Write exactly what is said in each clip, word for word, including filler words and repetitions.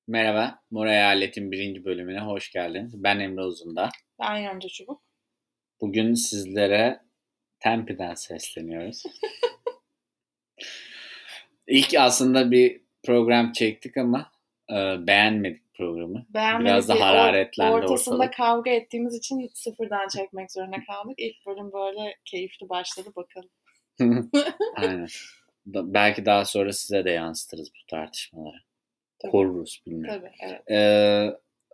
Merhaba, Mor Eyalet'in birinci bölümüne hoş geldiniz. Ben Emre Uzundağ. Ben Yonca Çubuk. Bugün sizlere Tempe'den sesleniyoruz. İlk aslında bir program çektik ama e, beğenmedik programı. Beğenmedik Biraz da değil, or- hararetlendi ortasında ortalık. kavga ettiğimiz için sıfırdan çekmek zorunda kaldık. İlk bölüm böyle keyifli başladı, bakalım. Aynen. Da- belki daha sonra size de yansıtırız bu tartışmaları. Tabii. Koruruz, bilmiyorum. Tabii, evet. Ee,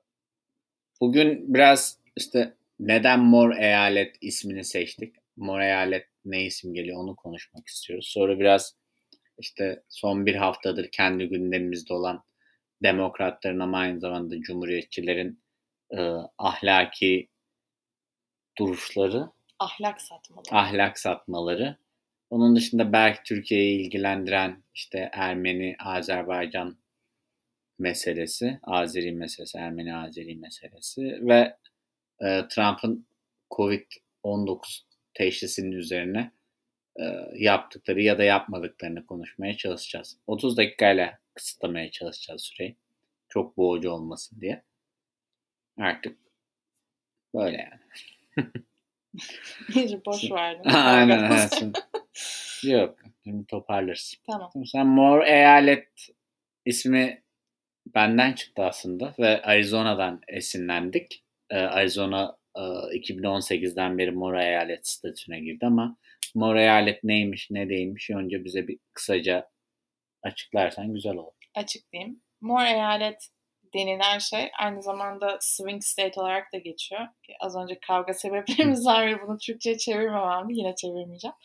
bugün biraz işte neden Mor Eyalet ismini seçtik? Mor Eyalet ne isim geliyor onu konuşmak istiyoruz. Sonra biraz işte son bir haftadır kendi gündemimizde olan demokratların ama aynı zamanda cumhuriyetçilerin e, ahlaki duruşları, Ahlak satmaları. ahlak satmaları. Onun dışında belki Türkiye'yi ilgilendiren işte Ermeni, Azerbaycan meselesi, Azeri meselesi, Ermeni, Azeri meselesi ve e, Trump'ın covid on dokuz teşhisinin üzerine e, yaptıkları ya da yapmadıklarını konuşmaya çalışacağız. otuz dakikayla kısıtlamaya çalışacağız süreyi. Çok boğucu olmasın diye. Artık böyle yani. İyice boş verdim. Aynen. Evet. Yok. Şimdi toparlarız. Tamam. Sen Mor Eyalet ismi benden çıktı aslında ve Arizona'dan esinlendik. Ee, Arizona e, iki bin on sekizden beri Mor Eyalet statüsüne girdi ama Mor Eyalet neymiş ne değilmiş önce bize bir kısaca açıklarsan güzel olur. Açıklayayım. Mor eyalet denilen şey aynı zamanda swing state olarak da geçiyor. Az önce kavga sebeplerimiz var ve bunu Türkçe'ye çevirmemem, yine çevirmeyeceğim.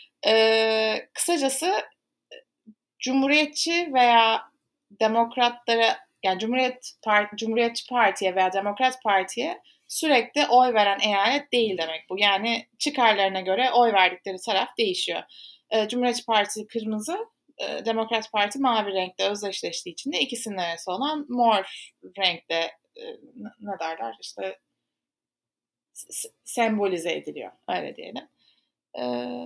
Ee, kısacası Cumhuriyetçi veya demokratlara, yani Cumhuriyet Parti, Cumhuriyetçi Parti'ye veya Demokrat Parti'ye sürekli oy veren eyalet değil demek bu. Yani çıkarlarına göre oy verdikleri taraf değişiyor. E, Cumhuriyetçi Parti kırmızı, e, Demokrat Parti mavi renkte özdeşleştiği için de ikisinin arası olan mor renkte e, ne derler işte s- sembolize ediliyor. Öyle diyelim. E,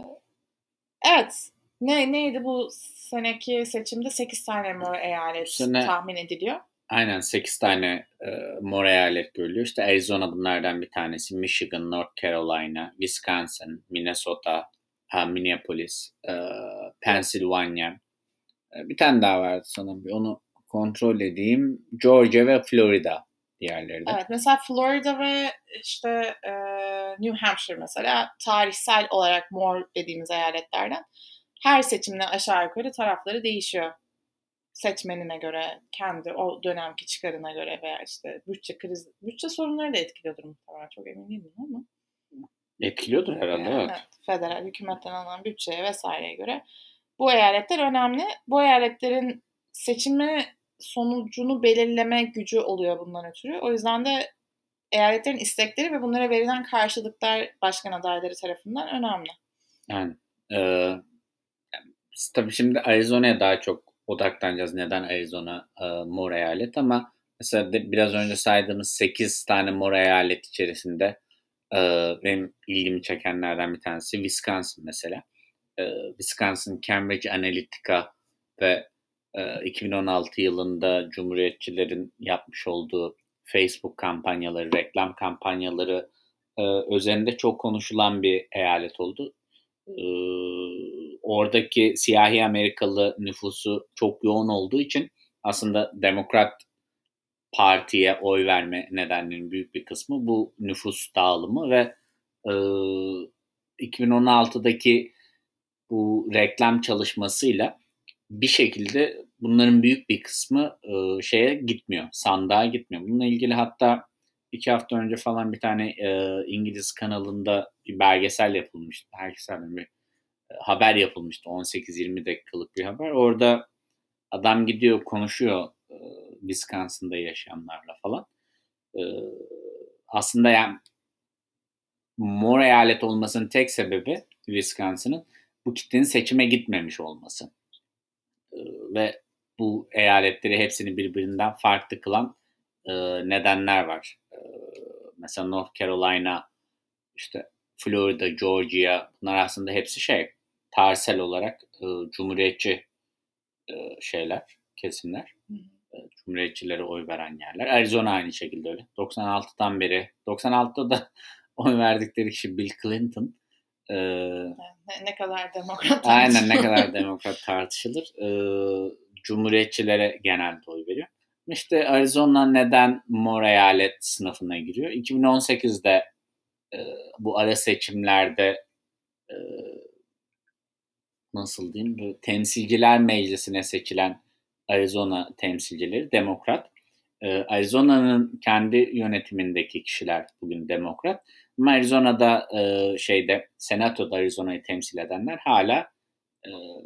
evet. Ne, neydi bu seneki seçimde? sekiz tane mor eyalet sene, tahmin ediliyor. Aynen sekiz tane e, mor eyalet görülüyor. İşte Arizona bunlardan bir tanesi. Michigan, North Carolina, Wisconsin, Minnesota, ha, Minneapolis, e, Pennsylvania. E, bir tane daha vardı sanırım. Bir onu kontrol edeyim. Georgia ve Florida diğerleri de. Evet, mesela Florida ve işte e, New Hampshire mesela tarihsel olarak mor dediğimiz eyaletlerden. Her seçimde aşağı yukarı tarafları değişiyor. Seçmenine göre, kendi o dönemki çıkarına göre veya işte bütçe kriz, bütçe sorunları da etkiliyordur muhtemelen. Çok emin değilim ama. Etkiliyordur herhalde, Yani, evet. evet. Federal hükümetten alınan bütçeye vesaireye göre. Bu eyaletler önemli. Bu eyaletlerin seçimi sonucunu belirleme gücü oluyor bundan ötürü. O yüzden de eyaletlerin istekleri ve bunlara verilen karşılıklar başkan adayları tarafından önemli. Yani, e, tabii şimdi Arizona'ya daha çok odaklanacağız. Neden Arizona e, mor eyalet ama mesela de, biraz önce saydığımız sekiz tane mor eyalet içerisinde e, benim ilgimi çekenlerden bir tanesi Wisconsin mesela. E, Wisconsin Cambridge Analytica ve e, iki bin on altı yılında Cumhuriyetçilerin yapmış olduğu Facebook kampanyaları, reklam kampanyaları e, üzerinde çok konuşulan bir eyalet oldu. E, oradaki siyahi Amerikalı nüfusu çok yoğun olduğu için aslında Demokrat Parti'ye oy verme nedenlerinin büyük bir kısmı bu nüfus dağılımı ve e, iki bin on altıdaki bu reklam çalışmasıyla bir şekilde bunların büyük bir kısmı e, şeye gitmiyor, sandığa gitmiyor. Bununla ilgili hatta iki hafta önce falan bir tane e, İngiliz kanalında bir belgesel yapılmıştı. Belgesel bir e, haber yapılmıştı. on sekiz yirmi dakikalık bir haber. Orada adam gidiyor konuşuyor e, Wisconsin'da yaşayanlarla falan. E, aslında yani mor eyalet olmasının tek sebebi Wisconsin'ın bu kitlenin seçime gitmemiş olması. Ee, ve bu eyaletleri hepsini birbirinden farklı kılan e, nedenler var. E, mesela North Carolina, işte Florida, Georgia bunlar aslında hepsi şey tarihsel olarak e, cumhuriyetçi e, şeyler, kesimler. Cumhuriyetçilere oy veren yerler. Arizona aynı şekilde öyle. doksan altıdan beri, doksan altıda da oy verdikleri kişi Bill Clinton. Ee, ne, ne kadar demokrat aynen ne kadar demokrat tartışılır. Ee, Cumhuriyetçilere genelde oy veriyor. İşte Arizona neden mor eyalet sınıfına giriyor? iki bin on sekizde e, bu ara seçimlerde e, nasıl diyeyim? Bu temsilciler meclisine seçilen Arizona temsilcileri demokrat. Ee, Arizona'nın kendi yönetimindeki kişiler bugün demokrat. Ama Arizona'da e, şeyde senatoda Arizona'yı temsil edenler hala e,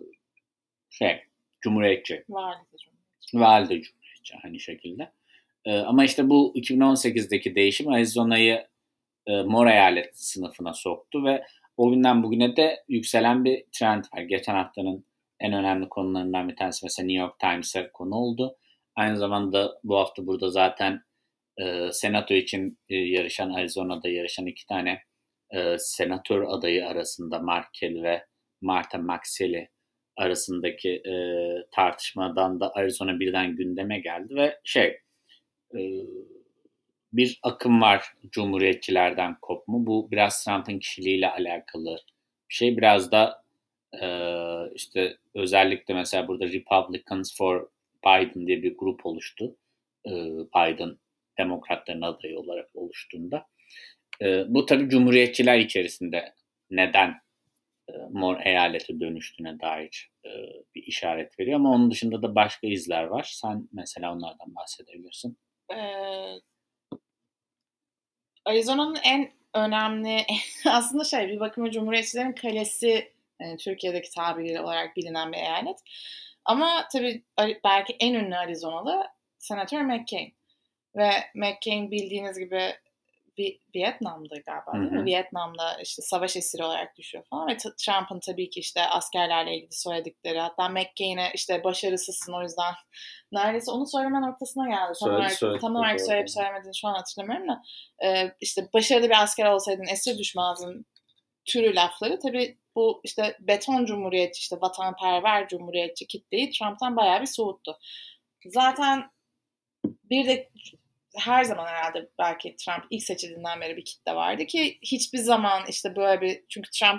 şey Cumhuriyetçi. Valide Cumhuriyetçi. Valide Cumhuriyetçi aynı şekilde. E, ama işte bu iki bin on sekizdeki değişim Arizona'yı e, mor eyalet sınıfına soktu ve o günden bugüne de yükselen bir trend var. Geçen haftanın en önemli konularından bir tanesi mesela New York Times'a konu oldu. Aynı zamanda bu hafta burada zaten e, senato için e, yarışan, Arizona'da yarışan iki tane e, senatör adayı arasında Mark Kelly ve Martha McSally arasındaki e, tartışmadan da Arizona birden gündeme geldi ve şey e, bir akım var Cumhuriyetçilerden kopma. Bu biraz Trump'ın kişiliğiyle alakalı bir şey. Biraz da e, işte özellikle mesela burada Republicans for Biden diye bir grup oluştu. E, Biden demokratların adayı olarak oluştuğunda. E, bu tabii Cumhuriyetçiler içerisinde neden e, mor eyalete dönüştüğüne dair e, bir işaret veriyor. Ama onun dışında da başka izler var. Sen mesela onlardan bahsedebilirsin. Ee, Arizona'nın en önemli aslında şey bir bakıma Cumhuriyetçilerin kalesi yani Türkiye'deki tabiriyle olarak bilinen bir eyalet. Ama tabii belki en ünlü Arizonalı Senatör McCain. Ve McCain bildiğiniz gibi Vietnam'da galiba değil mi? Hı hı. Vietnam'da işte savaş esiri olarak düşüyor falan ve Trump'ın tabii ki işte askerlerle ilgili söyledikleri hatta McCain'e işte başarısızsın o yüzden neredeyse onu söyleme noktasına geldi. Tam Söyle, olarak, söyle, tam olarak söyleyip söylemediğini şu an hatırlamıyorum da e, işte başarılı bir asker olsaydın esir düşmezdin türü lafları tabii bu işte beton cumhuriyetçi işte vatanperver cumhuriyetçi kitleyi Trump'tan bayağı bir soğuttu. Zaten bir de her zaman herhalde belki Trump ilk seçildiğinden beri bir kitle vardı ki hiçbir zaman işte böyle bir çünkü Trump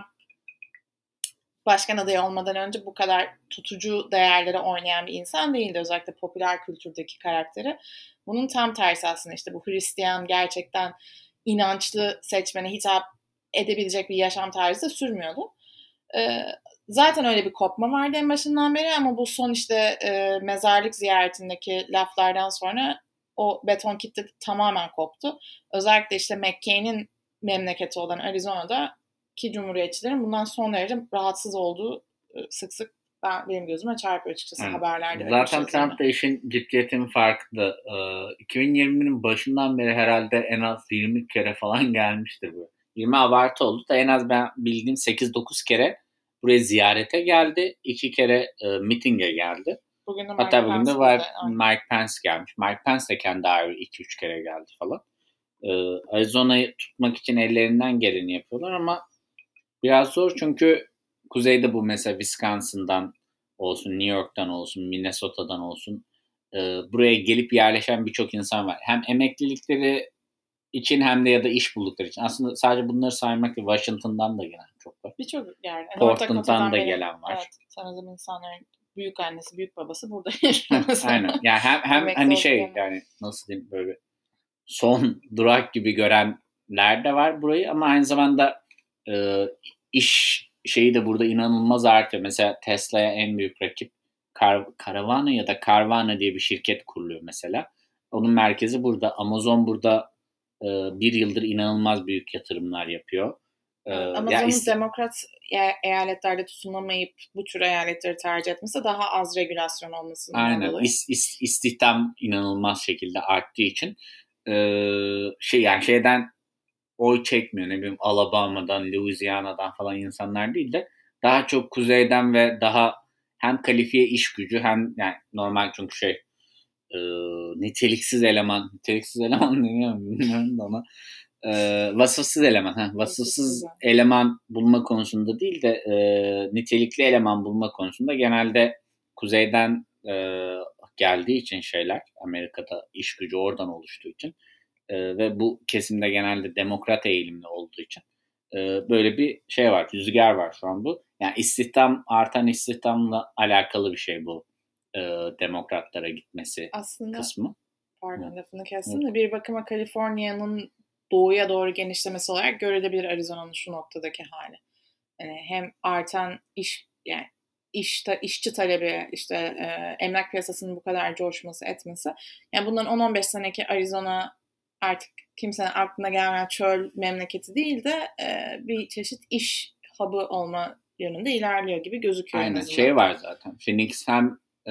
başkan adayı olmadan önce bu kadar tutucu değerlere oynayan bir insan değildi. Özellikle popüler kültürdeki karakteri. Bunun tam tersi aslında işte bu Hristiyan gerçekten inançlı seçmene hitap edebilecek bir yaşam tarzı da sürmüyordu. Ee, zaten öyle bir kopma vardı en başından beri ama bu son işte e, mezarlık ziyaretindeki laflardan sonra o beton kitle tamamen koptu. Özellikle işte McCain'in memleketi olan Arizona'da ki Cumhuriyetçilerin bundan son derece rahatsız olduğu sık sık ben, benim gözüme çarpıyor açıkçası evet. Haberlerde. Zaten Trump da işin ciddiyetinin farkında. Ee, iki bin yirminin başından beri herhalde en az yirmi kere falan gelmiştir bu. yirmi abartı oldu da en az ben bildiğim sekiz dokuz kere buraya ziyarete geldi. iki kere e, mitinge geldi. Bugün de Hatta bugün de var, Mike Pence gelmiş. Mike Pence de kendi ayrı iki üç kere geldi falan. Ee, Arizona'yı tutmak için ellerinden geleni yapıyorlar ama biraz zor çünkü kuzeyde bu mesela Wisconsin'dan olsun, New York'tan olsun, Minnesota'dan olsun e, buraya gelip yerleşen birçok insan var. Hem emeklilikleri için hem de ya da iş buldukları için. Aslında sadece bunları saymak değil, Washington'dan da gelen çok var. Birçok yani. Portland'dan da gelen var. Evet, tanıdığım insanların büyük annesi, büyük babası burada yaşıyor. Aynen. Yani hem, hem hani şey yani. yani nasıl diyeyim böyle son durak gibi görenler de var burayı ama aynı zamanda e, iş şeyi de burada inanılmaz artıyor. Mesela Tesla'ya en büyük rakip Car- Caravana ya da Carvana diye bir şirket kuruluyor mesela. Onun merkezi burada. Amazon burada e, bir yıldır inanılmaz büyük yatırımlar yapıyor. E, Amazon'un is- demokrat e- eyaletlerde tutunamayıp bu tür eyaletleri tercih etmesi daha az regülasyon olmasından Aynen. dolayı. İs- is- istihdam inanılmaz şekilde arttığı için e, şey yani şeyden oy çekmiyor. Ne bileyim Alabama'dan, Louisiana'dan falan insanlar değil de daha çok kuzeyden ve daha hem kalifiye iş gücü hem yani normal çünkü şey e, niteliksiz eleman, niteliksiz eleman deniyor bilmiyorum da ama e, vasıfsız eleman. Ha, vasıfsız eleman bulma konusunda değil de e, nitelikli eleman bulma konusunda genelde kuzeyden e, geldiği için şeyler, Amerika'da iş gücü oradan oluştuğu için e, ve bu kesimde genelde demokrat eğilimli olduğu için e, böyle bir şey var, rüzgar var şu an bu. Yani istihdam, artan istihdamla alakalı bir şey bu e, demokratlara gitmesi Aslında kısmı. pardon Hı. lafını kestim de bir bakıma Kaliforniya'nın doğuya doğru genişlemesi olarak görülebilir Arizona'nın şu noktadaki hali. Yani hem artan iş yani işte işçi talebi, işte e, emlak piyasasının bu kadar coşması etmesi. Yani bundan on on beş seneki Arizona artık kimsenin aklına gelmeyen çöl memleketi değil de e, bir çeşit iş hub'ı olma yönünde ilerliyor gibi gözüküyor. Aynen şey var zaten. Phoenix hem e,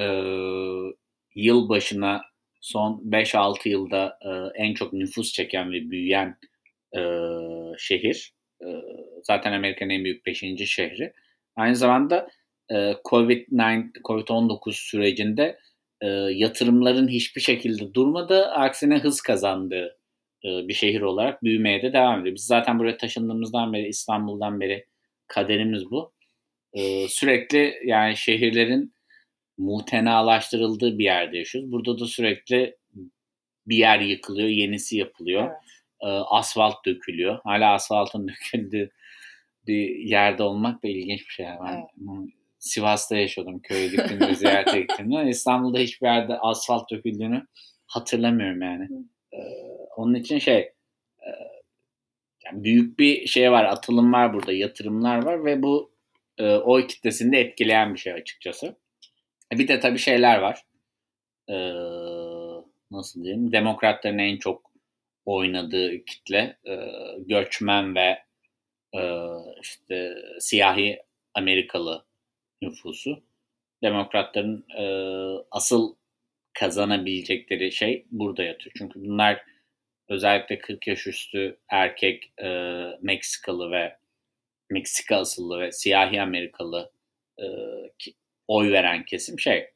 yıl başına son beş altı yılda e, en çok nüfus çeken ve büyüyen e, şehir. E, zaten Amerika'nın en büyük beşinci şehri. Aynı zamanda e, covid on dokuz sürecinde e, yatırımların hiçbir şekilde durmadığı, aksine hız kazandığı e, bir şehir olarak büyümeye de devam ediyor. Biz zaten buraya taşındığımızdan beri, İstanbul'dan beri kaderimiz bu. E, sürekli yani şehirlerin muhtenalaştırıldığı bir yerde yaşıyoruz. Burada da sürekli bir yer yıkılıyor, yenisi yapılıyor. Evet. E, asfalt dökülüyor. Hala asfaltın döküldüğü bir yerde olmak da ilginç bir şey. Ben Evet. Sivas'ta yaşıyordum, köye gittiğimde, ziyarete gittiğimde. İstanbul'da hiçbir yerde asfalt döküldüğünü hatırlamıyorum yani. E, onun için şey e, yani büyük bir şey var, atılım var burada, yatırımlar var ve bu e, oy kitlesini de etkileyen bir şey açıkçası. Bir de tabii şeyler var. Ee, nasıl diyeyim? Demokratların en çok oynadığı kitle e, göçmen ve e, işte siyahi Amerikalı nüfusu. Demokratların e, asıl kazanabilecekleri şey burada yatıyor. Çünkü bunlar özellikle kırk yaş üstü erkek e, Meksikalı ve Meksika asıllı ve siyahi Amerikalı e, ki, oy veren kesim şey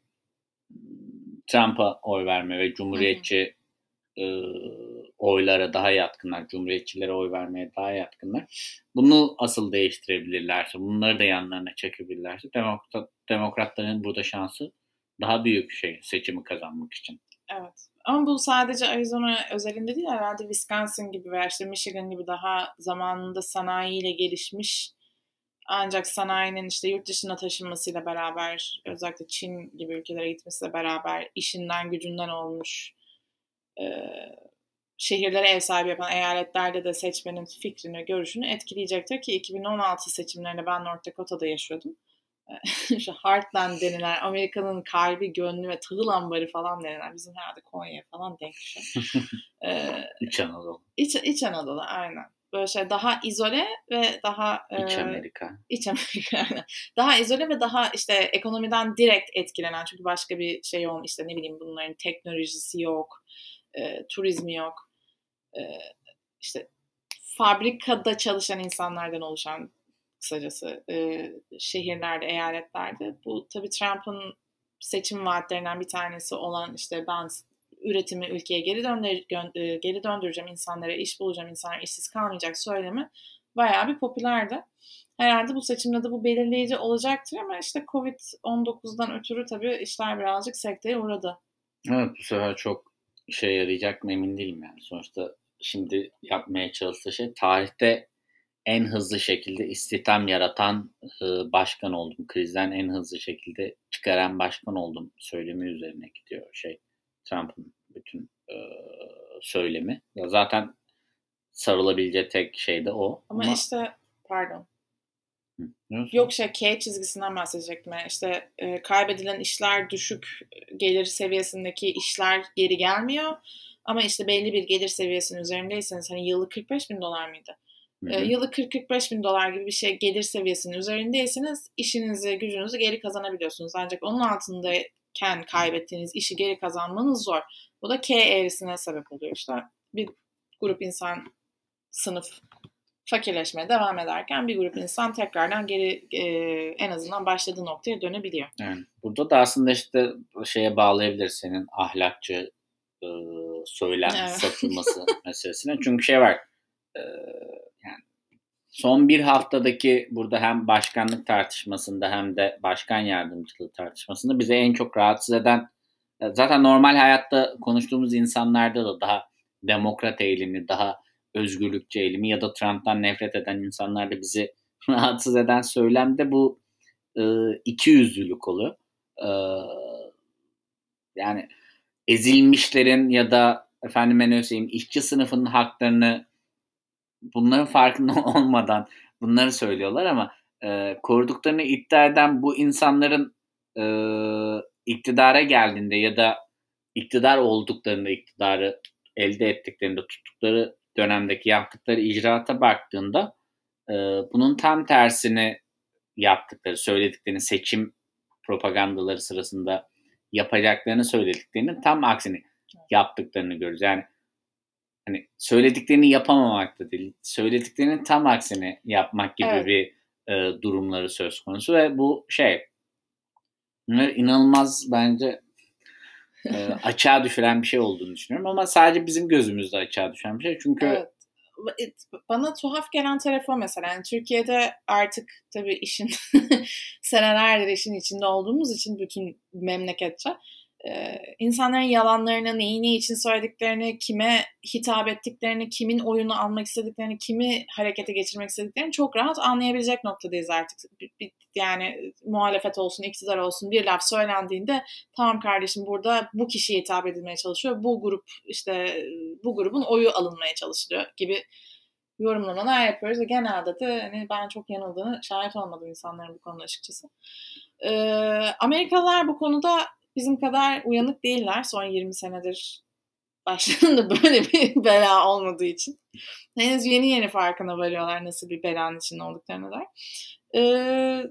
Trump'a oy verme ve Cumhuriyetçi hı hı. E, oylara daha yatkınlar. Cumhuriyetçilere oy vermeye daha yatkınlar. Bunu asıl değiştirebilirlerse, bunları da yanlarına çekebilirlerse demokrat, demokratların burada şansı daha büyük şey seçimi kazanmak için. Evet. Ama bu sadece Arizona özelinde değil, herhalde Wisconsin gibi veya işte Michigan gibi daha zamanında sanayiyle gelişmiş ancak sanayinin işte yurt dışına taşınmasıyla beraber, özellikle Çin gibi ülkelere gitmesiyle beraber işinden gücünden olmuş e, şehirlere ev sahibi yapan eyaletlerde de seçmenin fikrini, görüşünü etkileyecektir ki iki bin on altı seçimlerinde ben North Dakota'da yaşıyordum. Şu Heartland denilen, Amerika'nın kalbi, gönlü ve tahıl ambarı falan denilen, bizim herhalde Konya falan denk düşüyor. ee, İç Anadolu. İç, İç Anadolu aynen. Böyle şey daha izole ve daha İç e, Amerika. İç Amerika aynen. Daha izole ve daha işte ekonomiden direkt etkilenen, çünkü başka bir şey olmuyor, işte ne bileyim bunların teknolojisi yok, e, turizmi yok, e, işte fabrikada çalışan insanlardan oluşan, kısacası e, şehirlerde, eyaletlerde. Bu tabii Trump'ın seçim vaatlerinden bir tanesi olan işte ben üretimi ülkeye geri, döndür, gö- geri döndüreceğim, insanlara iş bulacağım, insanlar işsiz kalmayacak söylemi bayağı bir popülerdi. Herhalde bu seçimde de bu belirleyici olacaktır ama işte covid on dokuzdan ötürü tabii işler birazcık sekteye uğradı. Evet, bu sefer çok işe yarayacak mı emin değilim yani. Sonuçta şimdi yapmaya çalıştığı şey tarihte en hızlı şekilde istihdam yaratan e, başkan oldum. Krizden en hızlı şekilde çıkaran başkan oldum söylemi üzerine gidiyor şey Trump'ın bütün e, söylemi. Ya zaten sarılabileceği tek şey de o. Ama, ama işte pardon. Hı, Yok şey K çizgisinden bahsedecektim. Yani işte e, kaybedilen işler, düşük gelir seviyesindeki işler geri gelmiyor. Ama işte belli bir gelir seviyesinin üzerindeyseniz, hani yıllık kırk beş bin dolar mıydı? Hı hı. E, yıllık kırk kırk beş bin dolar gibi bir şey gelir seviyesinin üzerindeyseniz işinizi, gücünüzü geri kazanabiliyorsunuz. Ancak onun altındayken kaybettiğiniz işi geri kazanmanız zor. Bu da K eğrisine sebep oluyor işte. Bir grup insan, sınıf fakirleşmeye devam ederken bir grup insan tekrardan geri e, en azından başladığı noktaya dönebiliyor. Yani burada da aslında işte şeye bağlayabilir senin ahlakçı e, söylem evet. satılması meselesine. Çünkü şey var e, yani son bir haftadaki burada hem başkanlık tartışmasında hem de başkan yardımcılığı tartışmasında bize en çok rahatsız eden Zaten normal hayatta konuştuğumuz insanlarda da daha demokrat eğilimi, daha özgürlükçü eğilimi ya da Trump'tan nefret eden insanlar da bizi rahatsız eden söylemde bu e, ikiyüzlülük oluyor. E, yani ezilmişlerin ya da efendime ne söyleyeyim işçi sınıfının haklarını bunların farkında olmadan bunları söylüyorlar ama e, koruduklarını iddia eden bu insanların e, iktidara geldiğinde ya da iktidar olduklarında, iktidarı elde ettiklerinde, tuttukları dönemdeki yaptıkları icraata baktığında e, bunun tam tersini yaptıkları, söylediklerini, seçim propagandaları sırasında yapacaklarını söylediklerinin tam aksini yaptıklarını görürüz. Yani hani söylediklerini yapamamak da değil, söylediklerinin tam aksini yapmak gibi evet. bir e, durumları söz konusu ve bu şey bunlar inanılmaz bence e, açığa düşüren bir şey olduğunu düşünüyorum ama sadece bizim gözümüzde açığa düşen bir şey çünkü evet. Bana tuhaf gelen tarafı mesela yani Türkiye'de artık tabii işin senelerdir işin içinde olduğumuz için bütün memleketçe Ee, insanların yalanlarını, neyi ne için söylediklerini, kime hitap ettiklerini, kimin oyunu almak istediklerini, kimi harekete geçirmek istediklerini çok rahat anlayabilecek noktadayız artık. Yani muhalefet olsun, iktidar olsun bir laf söylendiğinde tamam kardeşim burada bu kişiye hitap edilmeye çalışıyor, bu grup işte bu grubun oyu alınmaya çalışılıyor gibi yorumlamalar yapıyoruz. Genelde de hani ben çok yanıldığını şahit olmadım insanların bu konuda açıkçası. Ee, Amerikalılar bu konuda bizim kadar uyanık değiller. Son yirmi senedir başlarında böyle bir bela olmadığı için. Henüz yeni yeni farkına varıyorlar nasıl bir belanın içinde olduklarına dair. Ee,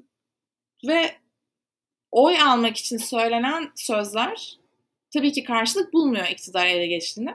ve oy almak için söylenen sözler tabii ki karşılık bulmuyor iktidar ele geçtiğinde.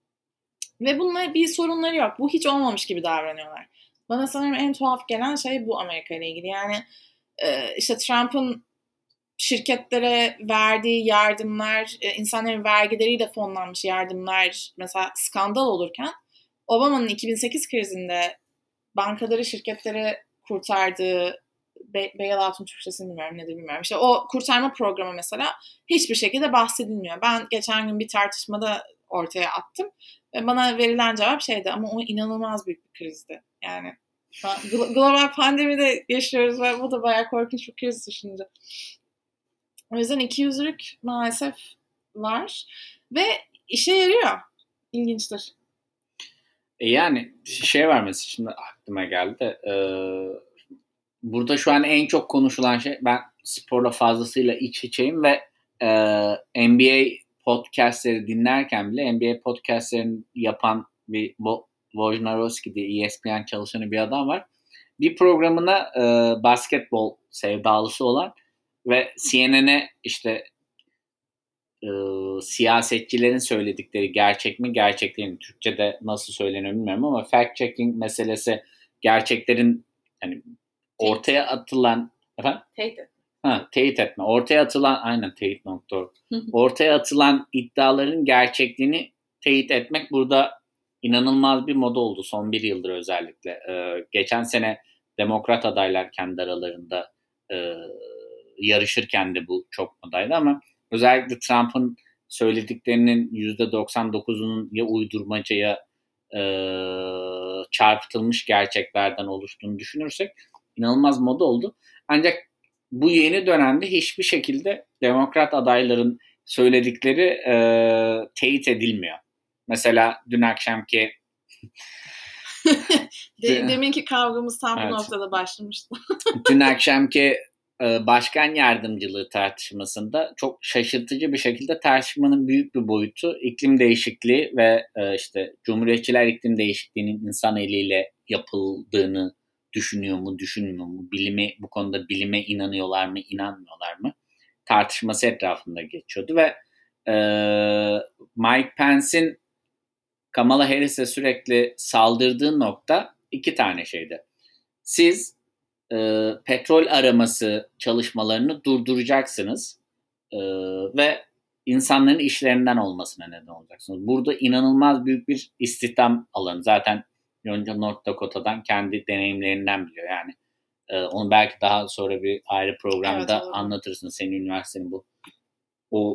Ve bununla bir sorunları yok. Bu hiç olmamış gibi davranıyorlar. Bana sanırım en tuhaf gelen şey bu Amerika ile ilgili. Yani işte Trump'ın şirketlere verdiği yardımlar, insanların vergileriyle fonlanmış yardımlar mesela skandal olurken Obama'nın iki bin sekiz krizinde bankaları, şirketleri kurtardığı bailout'un Türkçesini bilmiyorum, ne de bilmiyorum. İşte o kurtarma programı mesela hiçbir şekilde bahsedilmiyor. Ben geçen gün bir tartışmada ortaya attım. Ve bana verilen cevap şeydi ama o inanılmaz büyük bir krizdi. Yani global pandemide yaşıyoruz ve bu da bayağı korkunç bir kriz düşününce. O yüzden ikiyüzlülük maalesef var ve işe yarıyor. İlginçtir. E yani şey var mesela şimdi aklıma geldi. Ee, burada şu an en çok konuşulan şey ben sporla fazlasıyla iç içeyim ve e, N B A podcastleri dinlerken bile N B A podcastlerini yapan bir Wojnarowski diye E S P N çalışanı bir adam var. Bir programına e, basketbol sevdalısı olan ve C N N'e işte e, siyasetçilerin söyledikleri gerçek mi gerçek değil mi? Türkçe'de nasıl söyleniyor bilmiyorum ama fact checking meselesi gerçeklerin hani ortaya atılan efendim? Teyit etme. Ha, teyit etme. Ortaya atılan aynen teyit nokta org. Ortaya atılan iddiaların gerçekliğini teyit etmek burada inanılmaz bir moda oldu son bir yıldır özellikle. Ee, geçen sene demokrat adaylar kendi aralarında e, yarışırken de bu çok modaydı ama özellikle Trump'ın söylediklerinin yüzde doksan dokuzunun ya uydurmaca ya e, çarpıtılmış gerçeklerden oluştuğunu düşünürsek inanılmaz moda oldu. Ancak bu yeni dönemde hiçbir şekilde demokrat adayların söyledikleri e, teyit edilmiyor. Mesela dün akşamki deminki kavgamız tam evet. bu noktada başlamıştı. Dün akşamki e, başkan yardımcılığı tartışmasında çok şaşırtıcı bir şekilde tartışmanın büyük bir boyutu iklim değişikliği ve e, işte Cumhuriyetçiler iklim değişikliğinin insan eliyle yapıldığını düşünüyor mu, düşünmüyor mu? Bilime, bu konuda bilime inanıyorlar mı, inanmıyorlar mı? Tartışması etrafında geçiyordu ve e, Mike Pence'in Kamala Harris'e sürekli saldırdığı nokta iki tane şeydi. Siz e, petrol araması çalışmalarını durduracaksınız e, ve insanların işlerinden olmasına neden olacaksınız. Burada inanılmaz büyük bir istihdam alanı. Zaten Yonca North Dakota'dan kendi deneyimlerinden biliyor. Yani e, onu belki daha sonra bir ayrı programda evet, anlatırsın. Senin üniversitenin bu o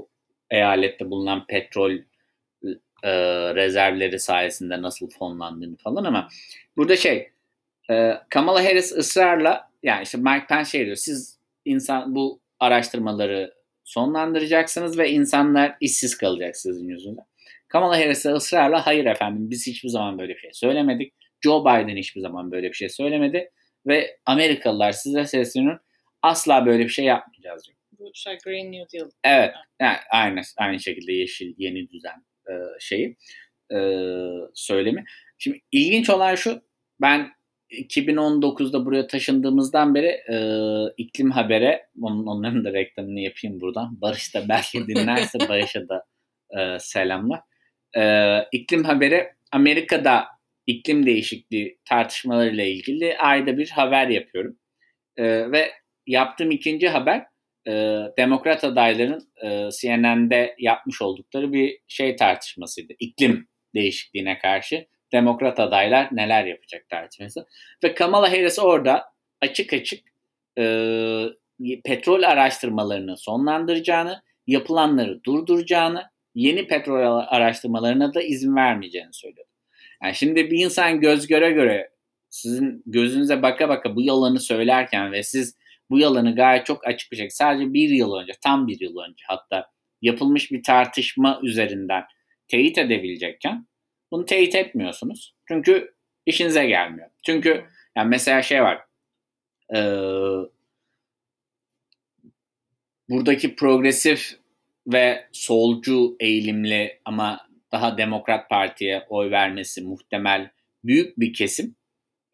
eyalette bulunan petrol e, rezervleri sayesinde nasıl fonlandığını falan ama burada şey e, Kamala Harris ısrarla yani işte Mike Pence şey diyor siz insan bu araştırmaları sonlandıracaksınız ve insanlar işsiz kalacak sizin yüzünden. Kamala Harris'e ısrarla hayır efendim biz hiçbir zaman böyle bir şey söylemedik. Joe Biden hiçbir zaman böyle bir şey söylemedi ve Amerikalılar size sesleniyorum asla böyle bir şey yapmayacağız diyor. Bu şey Green New Deal. Evet yani aynı, aynı şekilde yeşil yeni düzen e, şeyi e, söylemi. Şimdi ilginç olan şu ben iki bin on dokuzda buraya taşındığımızdan beri e, iklim habere onun, onların da reklamını yapayım buradan. Barış da belki dinlerse Barış'a da e, selamlar. E, iklim haberi Amerika'da iklim değişikliği tartışmalarıyla ilgili ayda bir haber yapıyorum. E, ve yaptığım ikinci haber e, demokrat adayların e, C N N'de yapmış oldukları bir şey tartışmasıydı. İklim değişikliğine karşı demokrat adaylar neler yapacak tartışması. Ve Kamala Harris orada açık açık e, petrol araştırmalarını sonlandıracağını, yapılanları durduracağını, yeni petrol araştırmalarına da izin vermeyeceğini söylüyordu. Yani şimdi bir insan göz göre göre sizin gözünüze baka baka bu yalanı söylerken ve siz bu yalanı gayet çok açık bir şekilde sadece bir yıl önce, tam bir yıl önce hatta yapılmış bir tartışma üzerinden teyit edebilecekken bunu teyit etmiyorsunuz. Çünkü işinize gelmiyor. Çünkü yani mesela şey var. E, buradaki progresif ve solcu eğilimli ama daha Demokrat Parti'ye oy vermesi muhtemel büyük bir kesim e,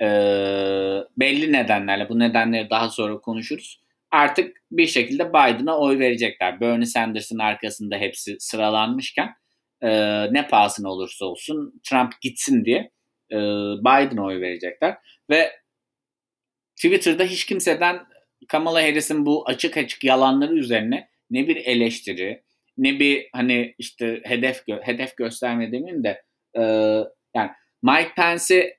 belli nedenlerle, bu nedenleri daha sonra konuşuruz. Artık bir şekilde Biden'a oy verecekler. Bernie Sanders'ın arkasında hepsi sıralanmışken e, ne pahasına olursa olsun Trump gitsin diye e, Biden'a oy verecekler. Ve Twitter'da hiç kimseden Kamala Harris'in bu açık açık yalanları üzerine ne bir eleştiri, ne bir hani işte hedef gö- hedef gösterme demeyeyim de e, yani Mike Pence'i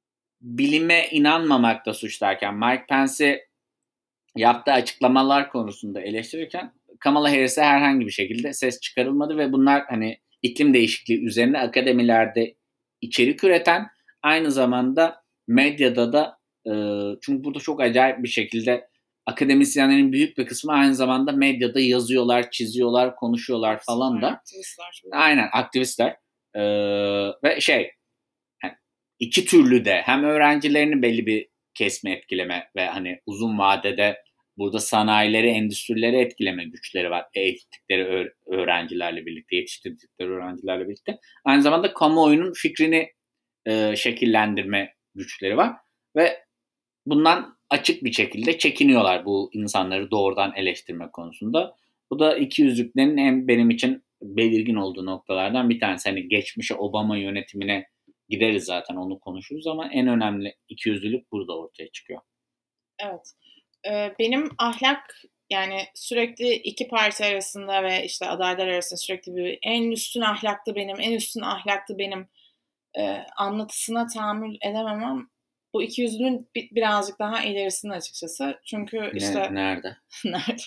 bilime inanmamakla suçlarken, Mike Pence'i yaptığı açıklamalar konusunda eleştirirken Kamala Harris'e herhangi bir şekilde ses çıkarılmadı ve bunlar hani iklim değişikliği üzerine akademilerde içerik üreten, aynı zamanda medyada da e, çünkü burada çok acayip bir şekilde akademisyenlerin büyük bir kısmı aynı zamanda medyada yazıyorlar, çiziyorlar, konuşuyorlar falan da. Aktivistler. Aynen aktivistler. E, ve şey yani iki türlü de hem öğrencilerini belli bir kesme etkileme ve hani uzun vadede burada sanayileri, endüstrileri etkileme güçleri var. Eğittikleri öğrencilerle birlikte, yetiştirdikleri öğrencilerle birlikte. Aynı zamanda kamuoyunun fikrini e, şekillendirme güçleri var. Ve bundan açık bir şekilde çekiniyorlar bu insanları doğrudan eleştirme konusunda. Bu da ikiyüzlüklerin en benim için belirgin olduğu noktalardan bir tanesi. Hani geçmişe Obama yönetimine gideriz zaten onu konuşuruz ama en önemli ikiyüzlülük burada ortaya çıkıyor. Evet. Ee, benim ahlak yani sürekli iki parti arasında ve işte adaylar arasında sürekli bir en üstün ahlaklı benim, en üstün ahlaklı benim e, anlatısına tahammül edememem. Bu ikiyüzlülüğün bir, birazcık daha ilerisinde açıkçası. Çünkü işte... Ne, nerede? nerede?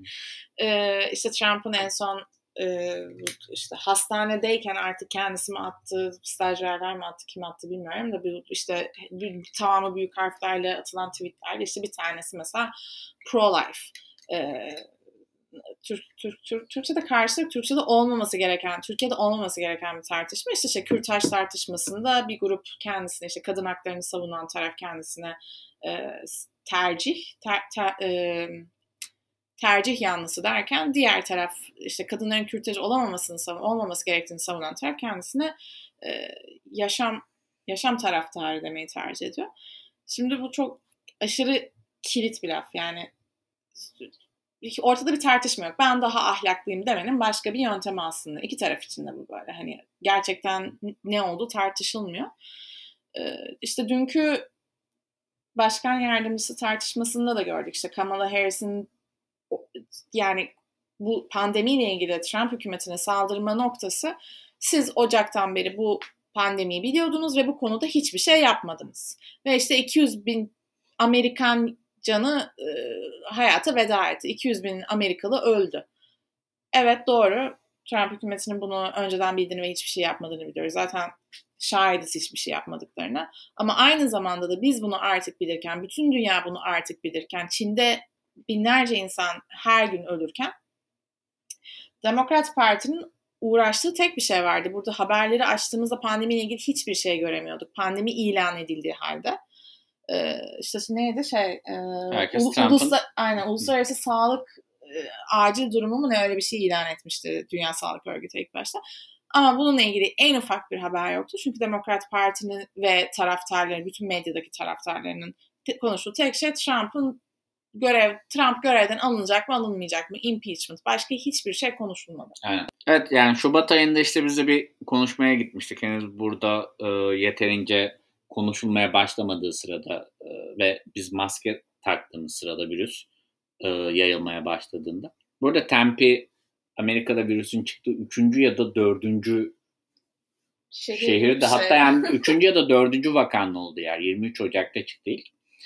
ee, işte Trump'ın en son e, işte hastanedeyken artık kendisi mi attı, stajyerler mi attı, kim attı bilmiyorum da bir, işte bir, tamamı büyük harflerle atılan tweetlerle işte bir tanesi mesela pro-life. Ee, Türk, Türk, Türk, Türkçe'de karşılık Türkçe'de olmaması gereken, Türkiye'de olmaması gereken bir tartışma. İşte şey, Kürtaj tartışmasında bir grup kendisine, işte kadın haklarını savunan taraf kendisine e, tercih, ter, ter, e, tercih yanlısı derken diğer taraf işte kadınların kürtaj olamamasını olmaması gerektiğini savunan taraf kendisine e, yaşam yaşam taraftarı demeyi tercih ediyor. Şimdi bu çok aşırı kilit bir laf yani. Ortada bir tartışma yok. Ben daha ahlaklıyım demenin başka bir yöntemi aslında. İki taraf için de bu böyle. Hani gerçekten ne oldu tartışılmıyor. Ee, işte dünkü başkan yardımcısı tartışmasında da gördük. İşte Kamala Harris'in yani bu pandemiyle ilgili Trump hükümetine saldırma noktası siz Ocak'tan beri bu pandemiyi biliyordunuz ve bu konuda hiçbir şey yapmadınız. Ve işte iki yüz bin Amerikan canı e, hayata veda etti. iki yüz bin Amerikalı öldü. Evet doğru. Trump hükümetinin bunu önceden bildiğini ve hiçbir şey yapmadığını biliyoruz. Zaten şahidiz hiçbir şey yapmadıklarına. Ama aynı zamanda da biz bunu artık bilirken, bütün dünya bunu artık bilirken, Çin'de binlerce insan her gün ölürken Demokrat Parti'nin uğraştığı tek bir şey vardı. Burada haberleri açtığımızda pandemiyle ilgili hiçbir şey göremiyorduk. Pandemi ilan edildiği halde. Ee, işte neydi şey e, Herkes ulu, ulusla, aynen, uluslararası sağlık e, acil durumu mu ne öyle bir şey ilan etmişti Dünya Sağlık Örgütü ilk başta. Ama bununla ilgili en ufak bir haber yoktu. Çünkü Demokrat Parti'nin ve taraftarları, bütün medyadaki taraftarlarının te- konuştuğu tek şey Trump'ın görev, Trump görevden alınacak mı alınmayacak mı? Impeachment. Başka hiçbir şey konuşulmadı. Aynen. Evet, yani Şubat ayında işte biz de bir konuşmaya gitmiştik. Henüz burada e, yeterince konuşulmaya başlamadığı sırada e, ve biz maske taktığımız sırada virüs e, yayılmaya başladığında. Burada Tempe, Amerika'da virüsün çıktığı üçüncü ya da dördüncü Şehir şehirde. şey. Hatta yani üçüncü ya da dördüncü vakanın olduğu yer. yirmi üç Ocak'ta çıktı ilk.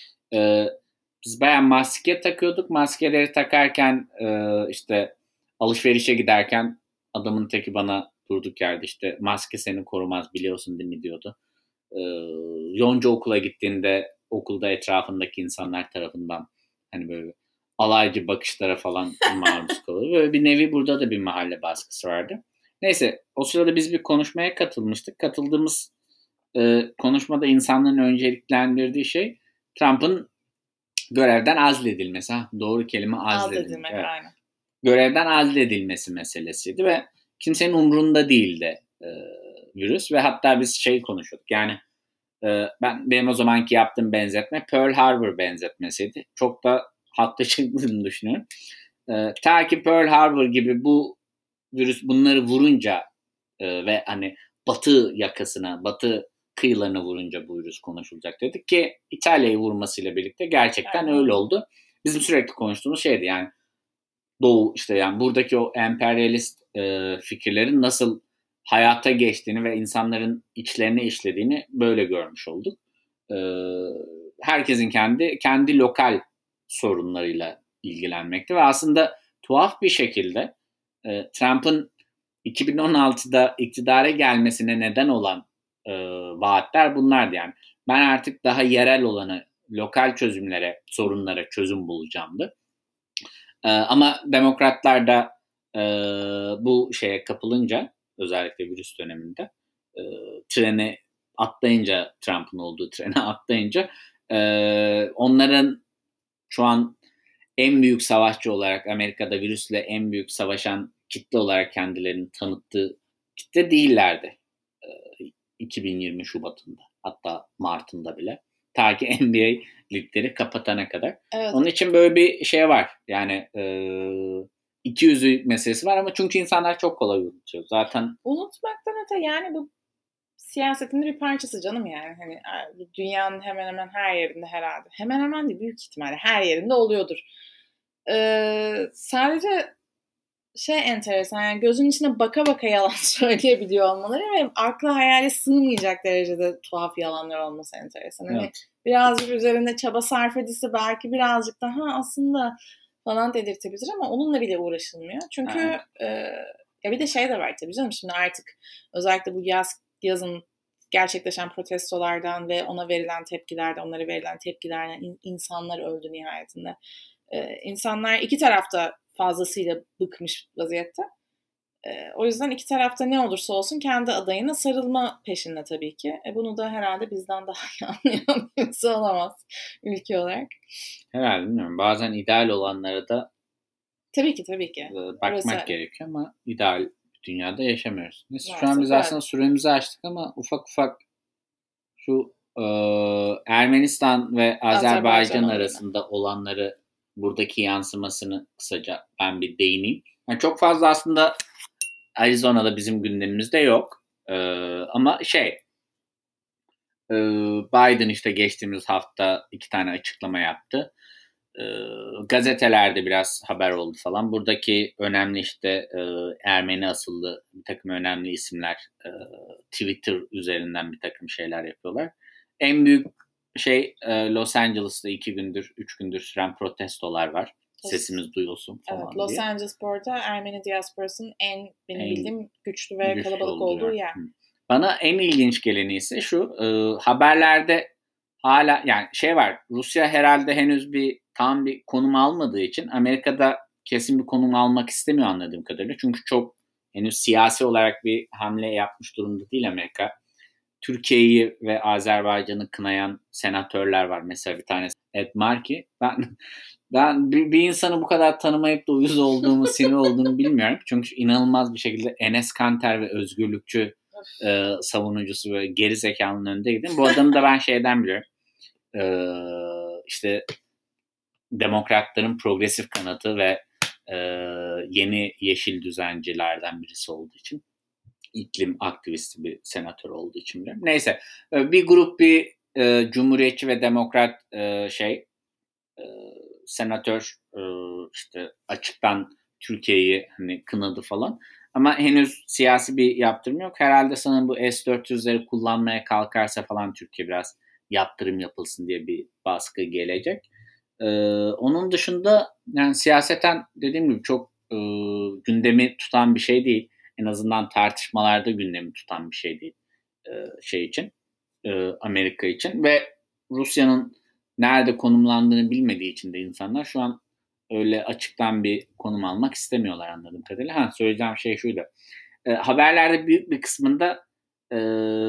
E, biz bayağı maske takıyorduk. Maskeleri takarken e, işte alışverişe giderken adamın teki bana durduk yerde işte maske seni korumaz biliyorsun değil mi diyordu. Ee, Yonca okula gittiğinde okulda etrafındaki insanlar tarafından hani böyle alaycı bakışlara falan maruz kalıyor. Böyle bir nevi burada da bir mahalle baskısı vardı. Neyse o sırada biz bir konuşmaya katılmıştık. Katıldığımız e, konuşmada insanların önceliklendirdiği şey Trump'ın görevden azledilmesi. Ha, doğru kelime azledilmek. Azledilmek, evet. aynen. Görevden azledilmesi meselesiydi ve kimsenin umrunda değildi e, virüs ve hatta biz şey konuşuyorduk yani e, ben benim o zamanki yaptığım benzetme Pearl Harbor benzetmesiydi. Çok da haklı çıktığını düşünüyorum. E, ta ki Pearl Harbor gibi bu virüs bunları vurunca e, ve hani batı yakasına, batı kıyılarına vurunca bu virüs konuşulacak dedik ki İtalya'yı vurmasıyla birlikte gerçekten Aynen. öyle oldu. Bizim sürekli konuştuğumuz şeydi yani Doğu işte yani buradaki o emperyalist e, fikirlerin nasıl hayata geçtiğini ve insanların içlerine işlediğini böyle görmüş olduk. E, herkesin kendi kendi lokal sorunlarıyla ilgilenmekte ve aslında tuhaf bir şekilde e, Trump'ın iki bin on altıda iktidara gelmesine neden olan e, vaatler bunlardı yani. Ben artık daha yerel olanı, lokal çözümlere, sorunlara çözüm bulacağımdı. Ee, ama demokratlar da e, bu şeye kapılınca özellikle virüs döneminde e, treni atlayınca Trump'ın olduğu trene atlayınca e, onların şu an en büyük savaşçı olarak Amerika'da virüsle en büyük savaşan kitle olarak kendilerini tanıttığı kitle değillerdi e, iki bin yirmi Şubat'ında hatta Mart'ında bile. Ta ki N B A ligleri kapatana kadar. Evet. Onun için böyle bir şey var. Yani e, iki yüzlülük meselesi var ama çünkü insanlar çok kolay unutuyor. Zaten unutmaktan öte yani bu siyasetin bir parçası canım yani. Hani dünyanın hemen hemen her yerinde herhalde. Hemen hemen değil, büyük ihtimalle her yerinde oluyordur. Ee, sadece şey enteresan yani gözünün içine baka baka yalan söyleyebiliyor olmaları ve akla hayale sığmayacak derecede tuhaf yalanlar olması enteresan. Hani evet. birazcık üzerinde çaba sarf edilse belki birazcık daha aslında falan dedirtebilir ama onunla bile uğraşılmıyor. Çünkü e, ya bir de şey de var tabii canım şimdi artık özellikle bu yaz yazın gerçekleşen protestolardan ve ona verilen tepkilerden, onlara verilen tepkilerden in, insanlar öldü nihayetinde. Ee, insanlar iki tarafta fazlasıyla bıkmış vaziyette. Ee, o yüzden iki tarafta ne olursa olsun kendi adayına sarılma peşinde tabii ki. E, bunu da herhalde bizden daha iyi anlayan kimse olamaz ülke olarak. Herhalde bilmiyorum. Bazen ideal olanlara da tabii ki tabii ki. E, bakmak Orası gerekiyor ama ideal dünyada yaşamıyoruz. Neyse şu Maalesef an biz öyle. aslında süremizi açtık ama ufak ufak şu e, Ermenistan ve Azerbaycan, Azerbaycan arasında olanları buradaki yansımasını kısaca ben bir değineyim. Yani çok fazla aslında Arizona'da bizim gündemimizde yok. E, ama şey e, Biden işte geçtiğimiz hafta iki tane açıklama yaptı. E, gazetelerde biraz haber oldu falan. Buradaki önemli işte e, Ermeni asıllı bir takım önemli isimler e, Twitter üzerinden bir takım şeyler yapıyorlar. En büyük şey e, Los Angeles'ta iki gündür, üç gündür süren protestolar var. Tabii. sesimiz duyulsun falan evet, Los diye. Angeles bu arada Ermeni diasporasının en benim en bildiğim güçlü ve güçlü kalabalık olduğu, olduğu yer. Bana en ilginç geleni ise şu, e, haberlerde hala yani şey var, Rusya herhalde henüz bir tam bir konum almadığı için Amerika'da kesin bir konum almak istemiyor anladığım kadarıyla. Çünkü çok henüz siyasi olarak bir hamle yapmış durumda değil Amerika. Türkiye'yi ve Azerbaycan'ı kınayan senatörler var. Mesela bir tanesi Ed Markey. Ben ben bir, bir insanı bu kadar tanımayıp da uyuz olduğumu, sinir olduğumu bilmiyorum. Çünkü inanılmaz bir şekilde Enes Kanter ve özgürlükçü e, savunucusu ve geri zekalının önündeydim. Bu adamı da ben şeyden biliyorum. E, işte demokratların progresif kanatı ve e, yeni yeşil düzencilerden birisi olduğu için, iklim aktivisti bir senatör olduğu için biliyorum. Neyse, bir grup bir e, cumhuriyetçi ve demokrat e, şey e, senatör e, işte açıktan Türkiye'yi hani kınadı falan. Ama henüz siyasi bir yaptırım yok. Herhalde sanırım bu S dört yüzleri kullanmaya kalkarsa falan Türkiye biraz yaptırım yapılsın diye bir baskı gelecek. Ee, onun dışında yani siyaseten dediğim gibi çok e, gündemi tutan bir şey değil. En azından tartışmalarda gündemi tutan bir şey değil e, şey için, e, Amerika için ve Rusya'nın nerede konumlandığını bilmediği için de insanlar şu an öyle açıktan bir konum almak istemiyorlar anladığım kadarıyla. Ha, söyleyeceğim şey şuydu. E, haberlerde büyük bir kısmında e,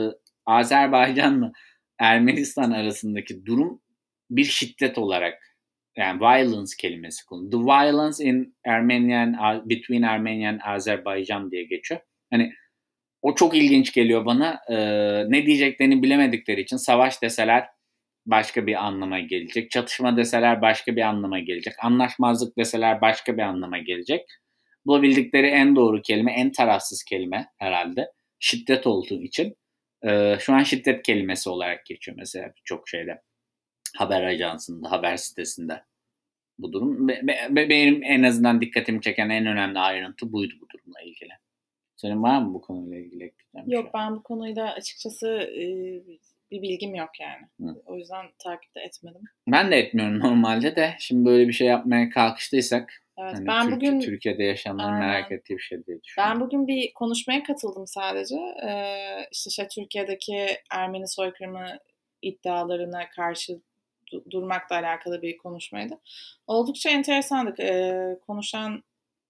Azerbaycan'la Ermenistan arasındaki durum bir şiddet olarak, yani violence kelimesi kullanılıyor. The violence in Armenian, between Armenia and Azerbaijan diye geçiyor. Hani o çok ilginç geliyor bana. Ee, ne diyeceklerini bilemedikleri için savaş deseler başka bir anlama gelecek. Çatışma deseler başka bir anlama gelecek. Anlaşmazlık deseler başka bir anlama gelecek. Bulabildikleri en doğru kelime, en tarafsız kelime herhalde şiddet olduğu için. Ee, şu an şiddet kelimesi olarak geçiyor mesela birçok şeyde. Haber ajansında, haber sitesinde bu durum. Be, be, benim en azından dikkatimi çeken en önemli ayrıntı buydu bu durumla ilgili. Senin var mı bu konuyla ilgili ekleyeceğim? Yok, şey? Ben bu konuyla açıkçası e, bir bilgim yok yani. Hı. O yüzden takip de etmedim. Ben de etmiyorum normalde de. Şimdi böyle bir şey yapmaya kalkıştıysak evet, hani ben Türk, bugün Türkiye'de yaşayanların aynen merak ettiği bir şey diye düşünüyorum. Ben bugün bir konuşmaya katıldım sadece. Ee, işte şey, Türkiye'deki Ermeni soykırımı iddialarına karşı du- durmakla alakalı bir konuşmaydı. Oldukça enteresandı. Ee, konuşan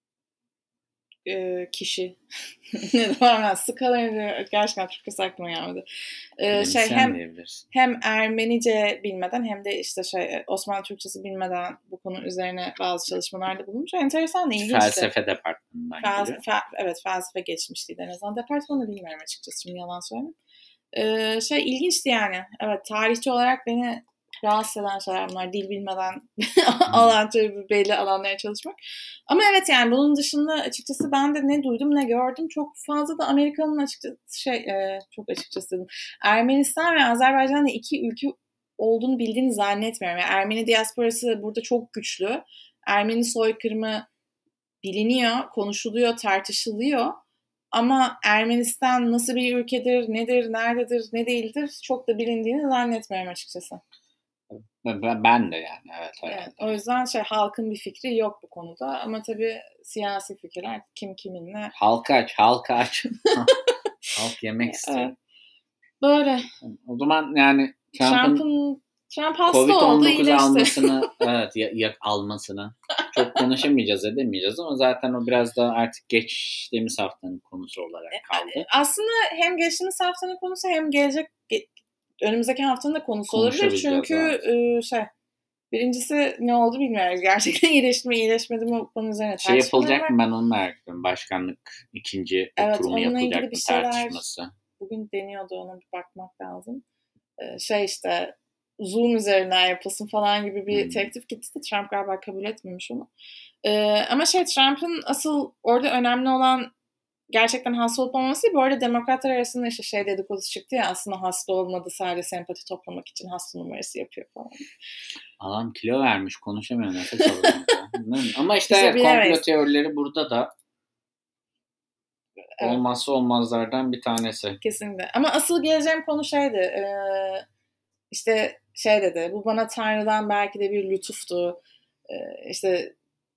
e, kişi ne demem skalayınca gerçekten Türkçesi aklıma gelmedi. Ee, şey hem hem Ermenice bilmeden hem de işte şey Osmanlı Türkçesi bilmeden bu konu üzerine bazı çalışmalarda bulunmuş. Enteresan, ilginçti. Felsefe departmanından Fel, geliyor. Fe, evet, felsefe geçmiştiydi en azından. Departmanı bilmiyorum açıkçası, şimdi yalan söyleyeyim. Ee, şey ilginçti yani. Evet, tarihçi olarak beni rahatsız eden şeyler bunlar. Dil bilmeden alan belli alanlara çalışmak. Ama evet yani bunun dışında açıkçası ben de ne duydum ne gördüm. Çok fazla da Amerika'nın açıkçası şey e, çok açıkçası dedim. Ermenistan ve Azerbaycan'da iki ülke olduğunu bildiğini zannetmiyorum. Yani Ermeni diasporası burada çok güçlü. Ermeni soykırımı biliniyor, konuşuluyor, tartışılıyor. Ama Ermenistan nasıl bir ülkedir, nedir, nerededir, ne değildir çok da bilindiğini zannetmiyorum açıkçası. Ben, ben de yani evet. evet o yüzden şey halkın bir fikri yok bu konuda ama tabii siyasi fikirler kim kiminle. Halka aç, halka aç. Halk yemek istiyor. Evet. Böyle. O zaman yani Trump'ın, Trump'ın Trump hasta covid on dokuz oldu, almasını, evet ya, ya, almasını çok konuşamayacağız, edemeyeceğiz ama zaten o biraz da artık geçtiğimiz haftanın konusu olarak kaldı. Aslında hem geçtiğimiz haftanın konusu hem gelecek önümüzdeki haftanın da konusu olabilir. Çünkü e, şey birincisi ne oldu bilmiyoruz. Gerçekten iyileşti mi iyileşmedi mi bu konu üzerine şey yapılacak var. mı ben onu merak ediyorum. Başkanlık ikinci evet, oturumu yapılacak mı tartışması. Bugün deniyordu, ona bir bakmak lazım. Ee, şey işte Zoom üzerinden yapılsın falan gibi bir hmm. teklif gitti de Trump galiba kabul etmemiş onu. Ee, ama şey Trump'ın asıl orada önemli olan gerçekten hasta olup olmaması değil. Bu arada demokratlar arasında işte şey dedikodusu çıktı ya, aslında hasta olmadı, sadece sempati toplamak için hasta numarası yapıyor falan. Adam kilo vermiş, konuşamıyor, nefes alıyor. Ama işte, işte komplo teorileri burada da evet. Olmazsa olmazlardan bir tanesi. Kesinlikle. Ama asıl geleceğim konu şeydi. E, işte şey dedi. Bu bana Tanrı'dan belki de bir lütuftu. E, işte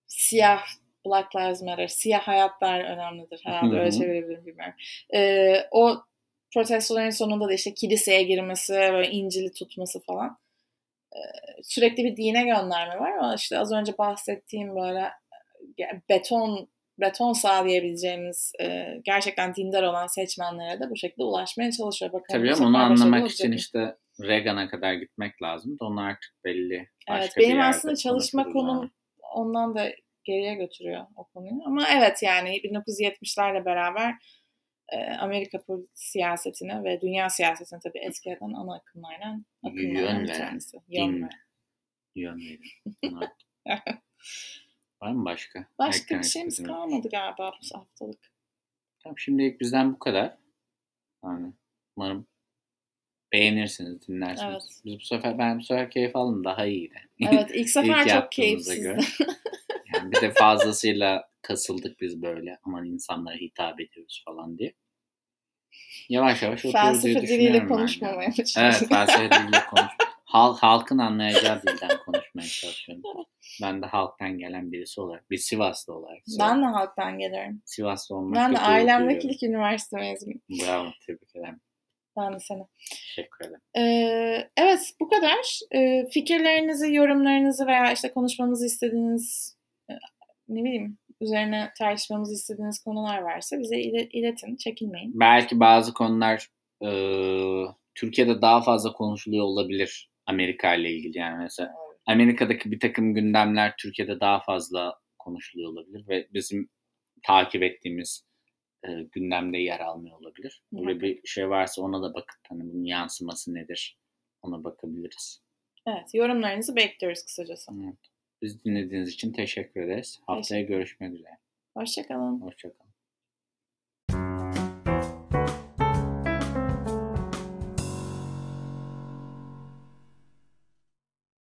siyah Black Lives Matter, siyah hayatlar önemlidir. Herhalde öyle çevirebilirim bilmiyorum. Ee, o protestoların sonunda da işte kiliseye girmesi, böyle İncil'i tutması falan. Ee, sürekli bir dine gönderme var ama işte az önce bahsettiğim böyle beton beton sağlayabileceğimiz e, gerçekten dindar olan seçmenlere de bu şekilde ulaşmaya çalışıyor. Bakalım tabii ama onu anlamak için işte Reagan'a kadar gitmek lazım. Onu artık belli. Başka evet, benim bir aslında çalışma konum ondan da geriye götürüyor o konuyu. Ama evet yani bin dokuz yüz yetmişlerle beraber e, Amerika siyasetine ve dünya siyasetine tabii etki eden ana akımlardan akımlardan bir tanesi. Yön Yön veren. Var mı başka? Başka Erken bir şeyimiz kalmadı galiba bu haftalık. Tamam, şimdilik bizden bu kadar. Yani umarım beğenirsiniz, dinlersiniz. Evet. Biz bu sefer ben bu sefer keyif aldım, daha iyiydi. Evet, ilk sefer ilk çok keyifsizdi. Yani bir de fazlasıyla kasıldık biz böyle. Aman insanlara hitap ediyoruz falan diye. Yavaş yavaş oturuyoruz diye düşünüyorum. Felsefe diliyle konuşmamaya çalışıyoruz. Evet, felsefe diliyle konuş. Halk, halkın anlayacağı dilden konuşmaya çalışıyorum. Ben de halktan gelen birisi olarak, bir Sivaslı olarak. Ben de halktan geliyorum. Sivaslı olmak ben de ailemdeki ilk üniversite mezunuyum. Bravo, tebrik ederim. Ben de seni. Teşekkür ederim. Ee, evet, bu kadar. Ee, fikirlerinizi, yorumlarınızı veya işte konuşmamızı istediğiniz, ne bileyim, üzerine tartışmamızı istediğiniz konular varsa bize iletin, çekinmeyin. Belki bazı konular e, Türkiye'de daha fazla konuşuluyor olabilir Amerika ile ilgili. Yani mesela evet. Amerika'daki bir takım gündemler Türkiye'de daha fazla konuşuluyor olabilir ve bizim takip ettiğimiz e, gündemde yer almıyor olabilir. Böyle evet. bir şey varsa ona da bakıp hani bunun yansıması nedir ona bakabiliriz. Evet, yorumlarınızı bekliyoruz kısacası. Evet. Biz dinlediğiniz için teşekkür ederiz. Haftaya teşekkür. Görüşmek üzere. Hoşça kalın. Hoşça kalın.